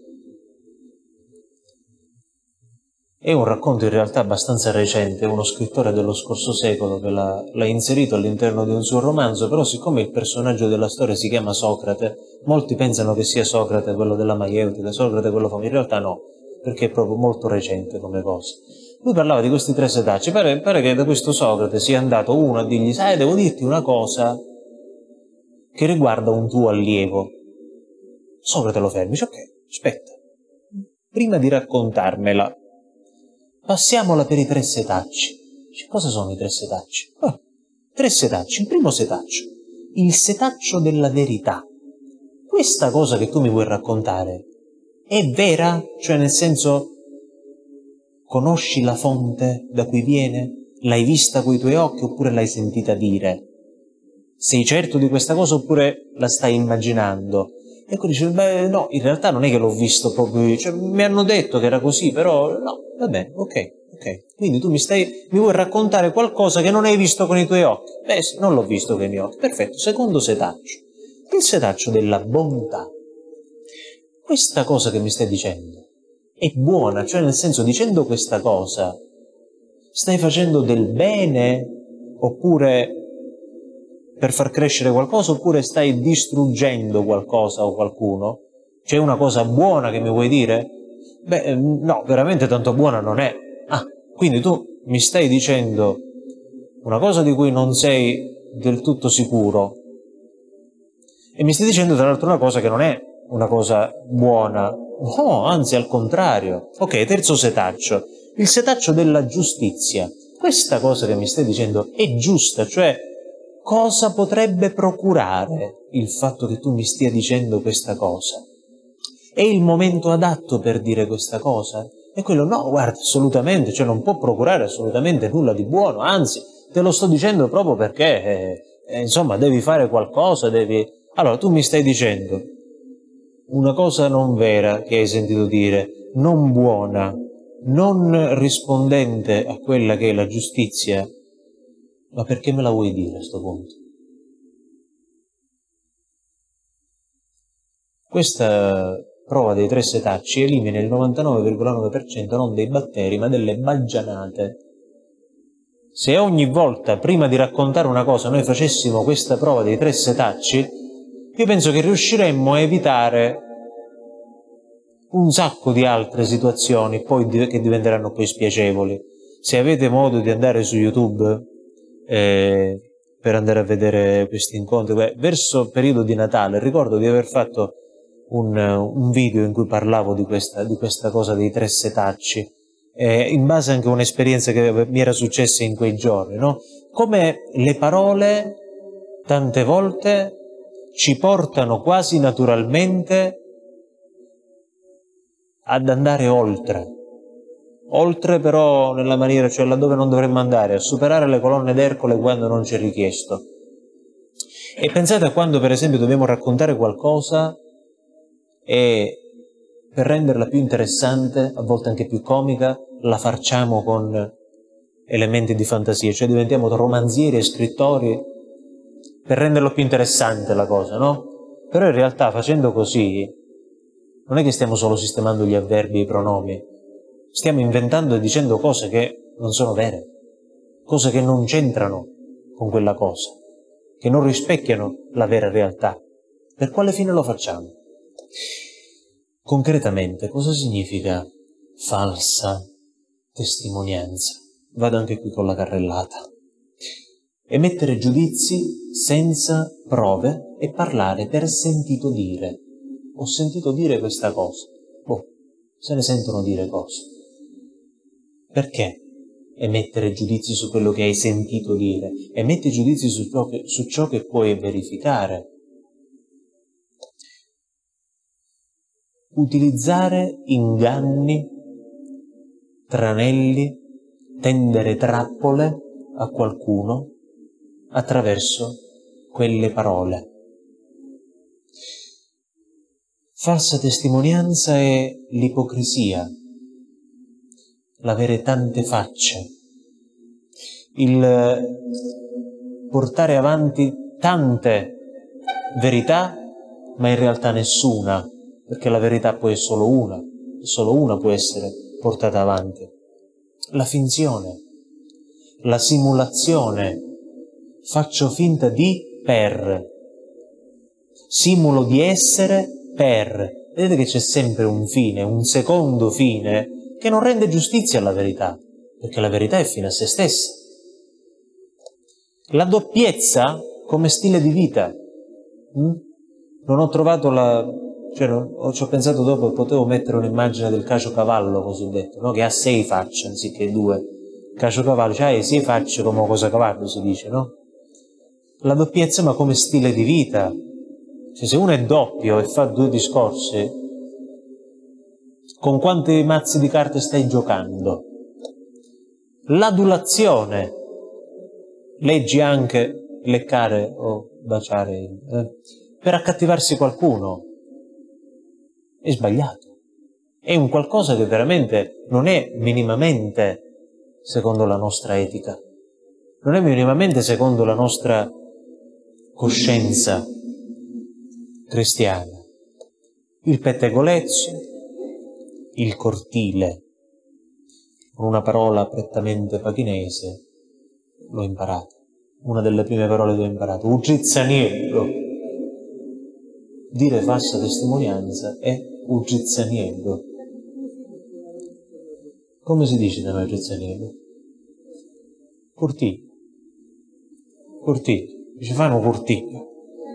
È un racconto in realtà abbastanza recente, uno scrittore dello scorso secolo che l'ha, l'ha inserito all'interno di un suo romanzo, però siccome il personaggio della storia si chiama Socrate, molti pensano che sia Socrate quello della Maieutide, Socrate quello famoso. In realtà no, perché è proprio molto recente come cosa. Lui parlava di questi tre setacci, pare, pare che da questo Socrate sia andato uno a dirgli: sai, devo dirti una cosa che riguarda un tuo allievo. Socrate lo fermi, dice: ok, aspetta, prima di raccontarmela, passiamola per i tre setacci. Dice: cosa sono i tre setacci? Oh, tre setacci. Il primo setaccio, il setaccio della verità. Questa cosa che tu mi vuoi raccontare è vera? Cioè, nel senso, conosci la fonte da cui viene? L'hai vista coi tuoi occhi oppure l'hai sentita dire? Sei certo di questa cosa oppure la stai immaginando? Ecco, dice: beh, no, in realtà non è che l'ho visto proprio io, cioè, mi hanno detto che era così, però no, va bene, ok, ok. Quindi tu mi stai, mi vuoi raccontare qualcosa che non hai visto con i tuoi occhi? Beh, non l'ho visto con i miei occhi. Perfetto. Secondo setaccio, il setaccio della bontà. Questa cosa che mi stai dicendo è buona, cioè nel senso, dicendo questa cosa stai facendo del bene oppure per far crescere qualcosa, oppure stai distruggendo qualcosa o qualcuno? C'è una cosa buona che mi vuoi dire? Beh, no, veramente tanto buona non è. Ah, quindi tu mi stai dicendo una cosa di cui non sei del tutto sicuro e mi stai dicendo tra l'altro una cosa che non è una cosa buona. No, anzi, al contrario. Ok, terzo setaccio, il setaccio della giustizia. Questa cosa che mi stai dicendo è giusta, cioè cosa potrebbe procurare il fatto che tu mi stia dicendo questa cosa? È il momento adatto per dire questa cosa? E quello no, guarda, assolutamente, cioè non può procurare assolutamente nulla di buono, anzi, te lo sto dicendo proprio perché, eh, eh, insomma, devi fare qualcosa, devi... Allora, tu mi stai dicendo una cosa non vera che hai sentito dire, non buona, non rispondente a quella che è la giustizia, ma perché me la vuoi dire a sto punto? Questa prova dei tre setacci elimina il novantanove virgola nove per cento non dei batteri, ma delle baggianate. Se ogni volta, prima di raccontare una cosa, noi facessimo questa prova dei tre setacci, io penso che riusciremmo a evitare un sacco di altre situazioni poi che diventeranno poi spiacevoli. Se avete modo di andare su YouTube eh, per andare a vedere questi incontri, beh, verso il periodo di Natale ricordo di aver fatto un, un video in cui parlavo di questa, di questa cosa dei tre setacci, eh, in base anche a un'esperienza che mi era successa in quei giorni, no? Come le parole tante volte ci portano quasi naturalmente ad andare oltre, oltre però nella maniera, cioè laddove non dovremmo andare, a superare le colonne d'Ercole quando non c'è richiesto. E pensate a quando per esempio dobbiamo raccontare qualcosa e per renderla più interessante, a volte anche più comica, la facciamo con elementi di fantasia, cioè diventiamo romanzieri e scrittori per renderlo più interessante la cosa, no? Però in realtà facendo così non è che stiamo solo sistemando gli avverbi e i pronomi, stiamo inventando e dicendo cose che non sono vere, cose che non c'entrano con quella cosa, che non rispecchiano la vera realtà. Per quale fine lo facciamo? Concretamente, cosa significa falsa testimonianza? Vado anche qui con la carrellata. Emettere giudizi senza prove e parlare per sentito dire. Ho sentito dire questa cosa. Boh, se ne sentono dire cose. Perché emettere giudizi su quello che hai sentito dire? Emetti giudizi su ciò che, su ciò che puoi verificare. Utilizzare inganni, tranelli, tendere trappole a qualcuno attraverso quelle parole. Falsa testimonianza è l'ipocrisia, l'avere tante facce, il portare avanti tante verità, ma in realtà nessuna, perché la verità poi è solo una, solo una può essere portata avanti. La finzione, la simulazione, faccio finta di per, simulo di essere per. Vedete che c'è sempre un fine, un secondo fine, che non rende giustizia alla verità, perché la verità è fine a se stessa. La doppiezza come stile di vita. Mm? Non ho trovato la... cioè non, ci ho pensato dopo che potevo mettere un'immagine del caciocavallo cosiddetto, no? Che ha sei facce anziché due. Caciocavallo, cioè hai sei facce come cosa cavallo si dice, no? La doppiezza ma come stile di vita. Cioè, se uno è doppio e fa due discorsi, con quanti mazzi di carte stai giocando? L'adulazione. Leggi anche leccare o baciare eh, per accattivarsi qualcuno. È sbagliato. È un qualcosa che veramente non è minimamente secondo la nostra etica. Non è minimamente secondo la nostra coscienza cristiana. Il pettegolezzo, il cortile, con una parola prettamente pachinese, l'ho imparato. Una delle prime parole che ho imparato. Ugizzaniello. Dire falsa testimonianza è ugizzaniello. Come si dice da noi ugizzaniello? Curtiglio. Curtiglio. Ci fanno curtiglio.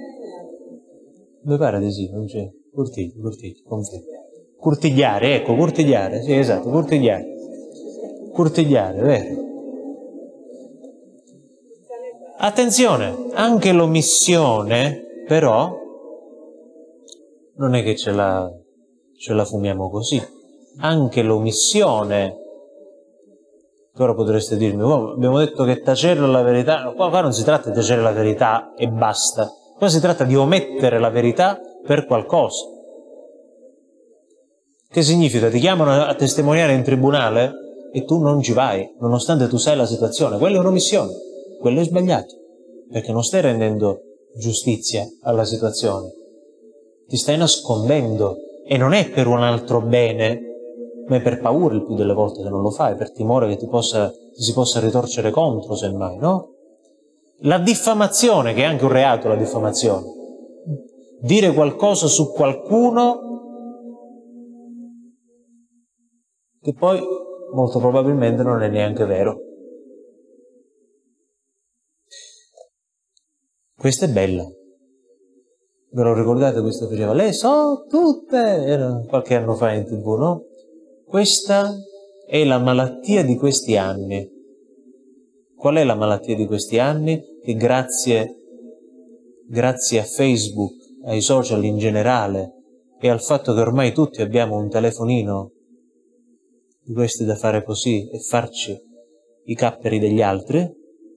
Mi pare di sì, non c'è. Curtiglio, curtiglio, confermo. Curtigliare, ecco, curtigliare, sì, esatto, curtigliare. Curtigliare, vero? Attenzione, anche l'omissione, però, non è che ce la, ce la fumiamo così. Anche l'omissione, che ora potreste dirmi, oh, abbiamo detto che tacere la verità, qua, qua non si tratta di tacere la verità e basta, qua si tratta di omettere la verità per qualcosa. Che significa? Ti chiamano a testimoniare in tribunale e tu non ci vai, nonostante tu sai la situazione. Quella è un'omissione, quello è sbagliato, perché non stai rendendo giustizia alla situazione, ti stai nascondendo, e non è per un altro bene, ma è per paura il più delle volte che non lo fai, per timore che ti, possa, ti si possa ritorcere contro, semmai, no? La diffamazione, che è anche un reato, la diffamazione. Dire qualcosa su qualcuno che poi molto probabilmente non è neanche vero. Questa è bella. Ve lo ricordate questo che faceva? Le so tutte! Era qualche anno fa in tv, no? Questa è la malattia di questi anni. Qual è la malattia di questi anni? Che grazie, grazie a Facebook, ai social in generale, e al fatto che ormai tutti abbiamo un telefonino di questi da fare così e farci i capperi degli altri,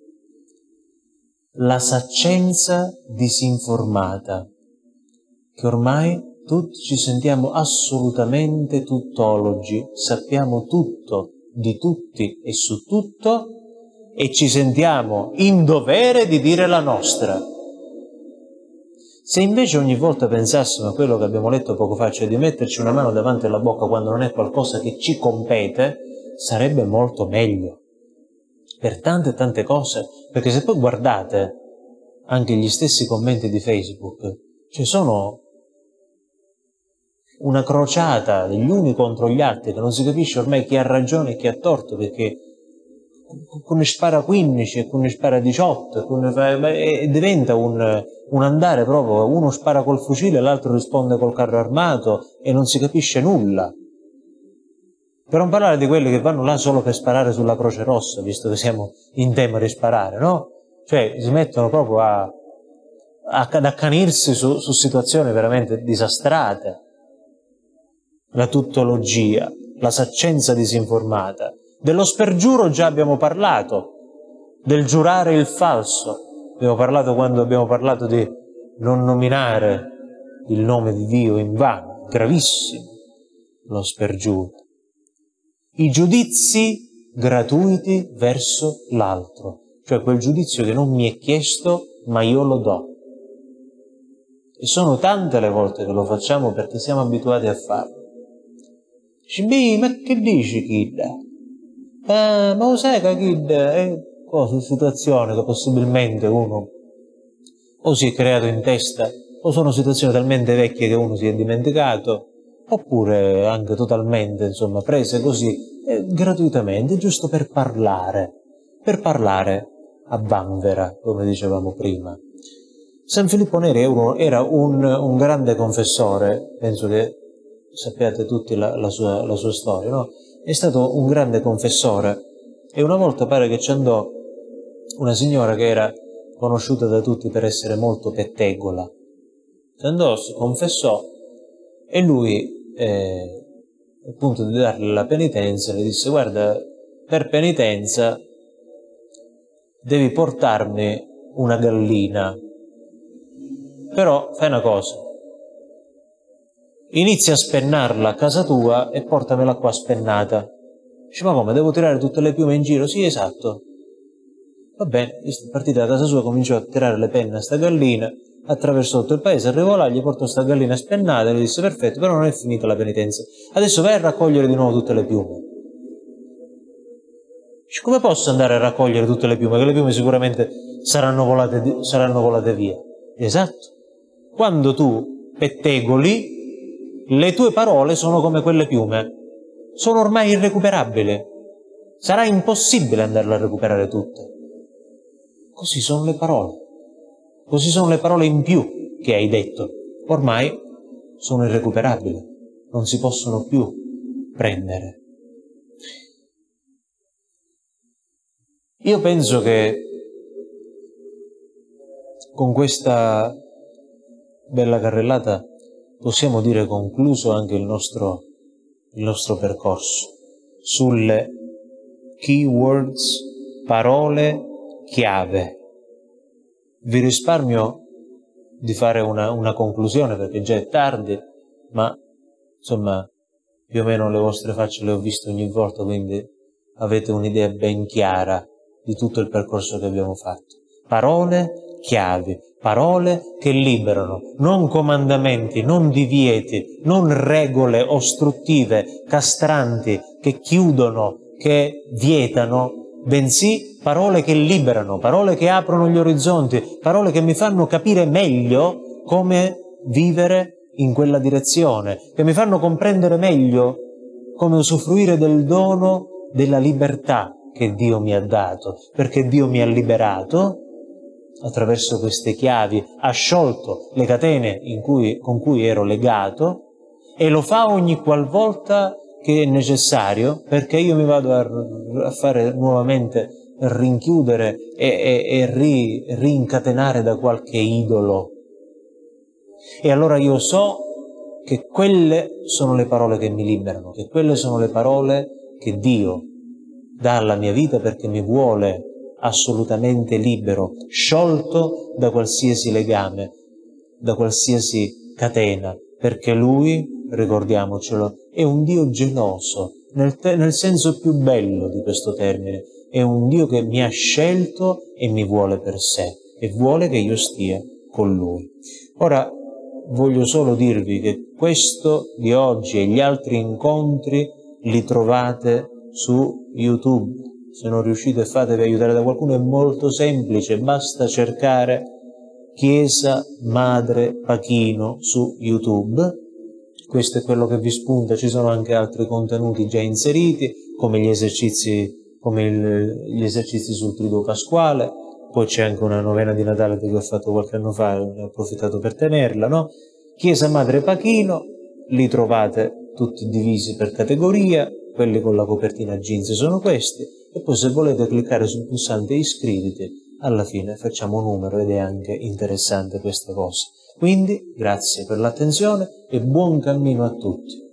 la saccenza disinformata, che ormai tutti ci sentiamo assolutamente tuttologi, sappiamo tutto di tutti e su tutto e ci sentiamo in dovere di dire la nostra. Se invece ogni volta pensassimo a quello che abbiamo letto poco fa, cioè di metterci una mano davanti alla bocca quando non è qualcosa che ci compete, sarebbe molto meglio. Per tante e tante cose, perché se poi guardate anche gli stessi commenti di Facebook, cioè sono una crociata degli uni contro gli altri, che non si capisce ormai chi ha ragione e chi ha torto, perché con ne spara quindici e con ne spara diciotto, con ne... e diventa un, un andare proprio, uno spara col fucile e l'altro risponde col carro armato e non si capisce nulla. Per non parlare di quelli che vanno là solo per sparare sulla Croce Rossa, visto che siamo in tema di sparare, no? Cioè si mettono proprio a, a, ad accanirsi su, su situazioni veramente disastrate. La tuttologia, la saccenza disinformata. Dello spergiuro già abbiamo parlato, del giurare il falso. Abbiamo parlato quando abbiamo parlato di non nominare il nome di Dio in vano, gravissimo lo spergiuro. I giudizi gratuiti verso l'altro, cioè quel giudizio che non mi è chiesto ma io lo do. E sono tante le volte che lo facciamo perché siamo abituati a farlo. Dici, beh, ma che dici, Kid? Eh, ma lo sai che Kid è cosa, situazione che possibilmente uno o si è creato in testa, o sono situazioni talmente vecchie che uno si è dimenticato, oppure anche totalmente, insomma, prese così, eh, gratuitamente, giusto per parlare, per parlare a vanvera, come dicevamo prima. San Filippo Neri era un, un grande confessore, penso che sappiate tutti la, la, sua, la sua storia, no? È stato un grande confessore e una volta pare che ci andò una signora che era conosciuta da tutti per essere molto pettegola. Ci andò, si confessò e lui, eh, al punto di darle la penitenza, le disse: guarda, per penitenza devi portarmi una gallina, però fai una cosa, inizia a spennarla a casa tua e portamela qua spennata. Dice: ma come, devo tirare tutte le piume in giro? Sì, esatto. Va bene, partita da casa sua, cominciò a tirare le penne a sta gallina, attraversò tutto il paese, arrivò là, gli portò sta gallina spennata e le disse: perfetto, però non è finita la penitenza, adesso vai a raccogliere di nuovo tutte le piume. Dice: come posso andare a raccogliere tutte le piume? Che le piume sicuramente saranno volate, saranno volate via. Esatto. Quando tu pettegoli, le tue parole sono come quelle piume, sono ormai irrecuperabili, sarà impossibile andarle a recuperare tutte. Così sono le parole, così sono le parole in più che hai detto, ormai sono irrecuperabili, non si possono più prendere. Io penso che con questa bella carrellata possiamo dire concluso anche il nostro, il nostro percorso sulle keywords, parole chiave. Vi risparmio di fare una, una conclusione perché già è tardi, ma insomma più o meno le vostre facce le ho viste ogni volta, quindi avete un'idea ben chiara di tutto il percorso che abbiamo fatto. Parole chiavi, parole che liberano, non comandamenti, non divieti, non regole ostruttive, castranti, che chiudono, che vietano, bensì parole che liberano, parole che aprono gli orizzonti, parole che mi fanno capire meglio come vivere in quella direzione, che mi fanno comprendere meglio come usufruire del dono della libertà che Dio mi ha dato, perché Dio mi ha liberato attraverso queste chiavi, ha sciolto le catene in cui, con cui ero legato, e lo fa ogni qualvolta che è necessario, perché io mi vado a, a fare nuovamente rinchiudere e, e, e ri, rincatenare da qualche idolo. E allora io so che quelle sono le parole che mi liberano, che quelle sono le parole che Dio dà alla mia vita perché mi vuole assolutamente libero, sciolto da qualsiasi legame, da qualsiasi catena, perché Lui, ricordiamocelo, è un Dio geloso, nel, te- nel senso più bello di questo termine, è un Dio che mi ha scelto e mi vuole per sé, e vuole che io stia con Lui. Ora, voglio solo dirvi che questo di oggi e gli altri incontri li trovate su YouTube. Se non riuscite fatevi aiutare da qualcuno, è molto semplice, basta cercare Chiesa Madre Pachino su YouTube. Questo è quello che vi spunta, ci sono anche altri contenuti già inseriti, come gli esercizi, come il, gli esercizi sul Triduo Pasquale, poi c'è anche una novena di Natale che ho fatto qualche anno fa, ne ho approfittato per tenerla, no? Chiesa Madre Pachino, li trovate tutti divisi per categoria, quelli con la copertina jeans sono questi, e poi se volete cliccare sul pulsante iscriviti, alla fine facciamo numero ed è anche interessante questa cosa. Quindi grazie per l'attenzione e buon cammino a tutti.